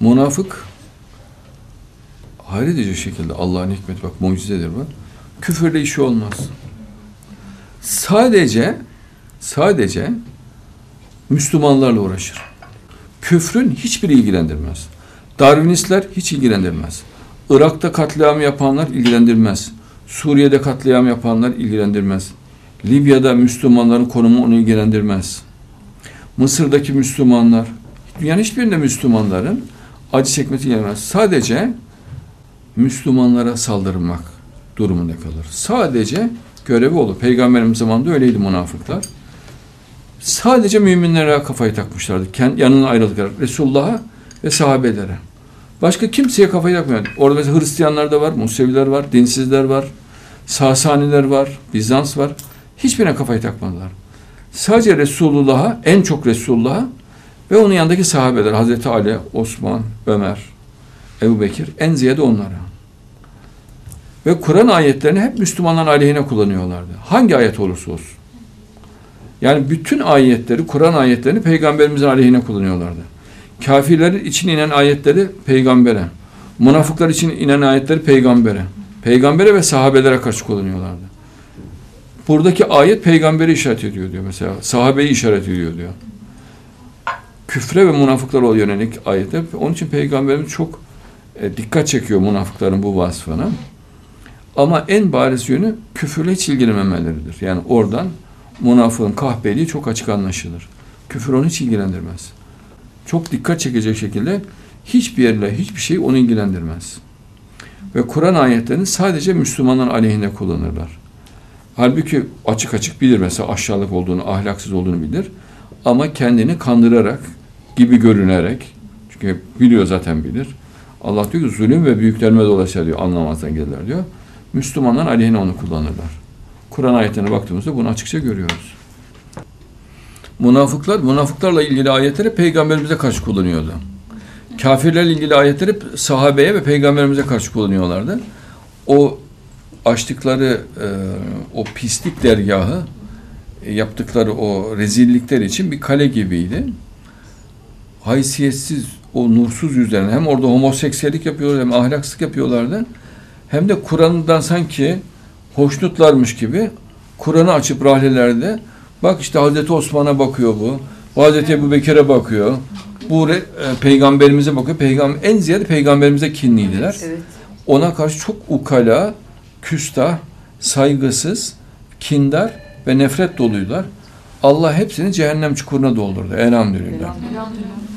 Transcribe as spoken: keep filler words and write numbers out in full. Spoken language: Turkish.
Münafık hayret edici şekilde, Allah'ın hikmeti, bak mucizedir bu. Küfürle işi olmaz. Sadece sadece Müslümanlarla uğraşır. Küfrün hiçbiri ilgilendirmez. Darwinistler hiç ilgilendirmez. Irak'ta katliam yapanlar ilgilendirmez. Suriye'de katliam yapanlar ilgilendirmez. Libya'da Müslümanların konumu onu ilgilendirmez. Mısır'daki Müslümanlar, dünyanın hiçbirinde Müslümanların acı çekmesi gelmez. Sadece Müslümanlara saldırmak durumunda kalır. Sadece görevi olur. Peygamberimiz zamanında öyleydi münafıklar. Sadece müminlere kafayı takmışlardı. Kendi yanına ayrıldılar. Resulullah'a ve sahabelere. Başka kimseye kafayı takmıyor. Orada mesela Hristiyanlar da var, Museviler var, dinsizler var, Sasaniler var, Bizans var. Hiçbirine kafayı takmadılar. Sadece Resulullah'a, en çok Resulullah'a ve onun yanındaki sahabeler, Hazreti Ali, Osman, Ömer, Ebu Bekir, en ziyade onlara. Ve Kur'an ayetlerini hep Müslümanların aleyhine kullanıyorlardı. Hangi ayet olursa olsun. Yani bütün ayetleri, Kur'an ayetlerini Peygamberimizin aleyhine kullanıyorlardı. Kafirler için inen ayetleri peygambere, münafıklar için inen ayetleri peygambere, peygambere ve sahabelere karşı kullanıyorlardı. Buradaki ayet peygamberi işaret ediyor diyor mesela. Sahabeyi işaret ediyor diyor. Küfre ve münafıklara yönelik ayetler. Onun için peygamberimiz çok e, dikkat çekiyor münafıkların bu vasfına. Ama en bariz yönü küfürle hiç ilgilenmemeleridir. Yani oradan münafığın kahpeliği çok açık anlaşılır. Küfür onu hiç ilgilendirmez. Çok dikkat çekecek şekilde hiçbir yerle hiçbir şey onu ilgilendirmez. Ve Kur'an ayetlerini sadece Müslümanların aleyhine kullanırlar. Halbuki açık açık bilir mesela aşağılık olduğunu, ahlaksız olduğunu bilir. Ama kendini kandırarak, gibi görünerek, çünkü biliyor zaten bilir. Allah diyor ki zulüm ve büyüklenme dolayısıyla diyor, anlamazdan gelirler diyor. Müslümanların aleyhine onu kullanırlar. Kur'an ayetlerine baktığımızda bunu açıkça görüyoruz. Münafıklar, münafıklarla ilgili ayetleri peygamberimize karşı kullanıyordu. Kafirlerle ilgili ayetleri sahabeye ve peygamberimize karşı kullanıyorlardı. O açtıkları e, o pislik dergahı, e, yaptıkları o rezillikler için bir kale gibiydi. Haysiyetsiz, o nursuz yüzlerine hem orada homoseksüellik yapıyorlar, hem ahlaksızlık yapıyorlardı. Hem de Kur'an'dan sanki hoşnutlarmış gibi Kur'an'ı açıp rahlelerde bak işte Hazreti Osman'a bakıyor bu, Hazreti Ebu Bekir'e bakıyor, bu e, peygamberimize bakıyor. Peygamber, en ziyade peygamberimize kinliydiler. Evet, evet. Ona karşı çok ukala, küstah, saygısız, kindar ve nefret doluydular. Allah hepsini cehennem çukuruna doldurdu. Elhamdülillah. Elhamdülillah.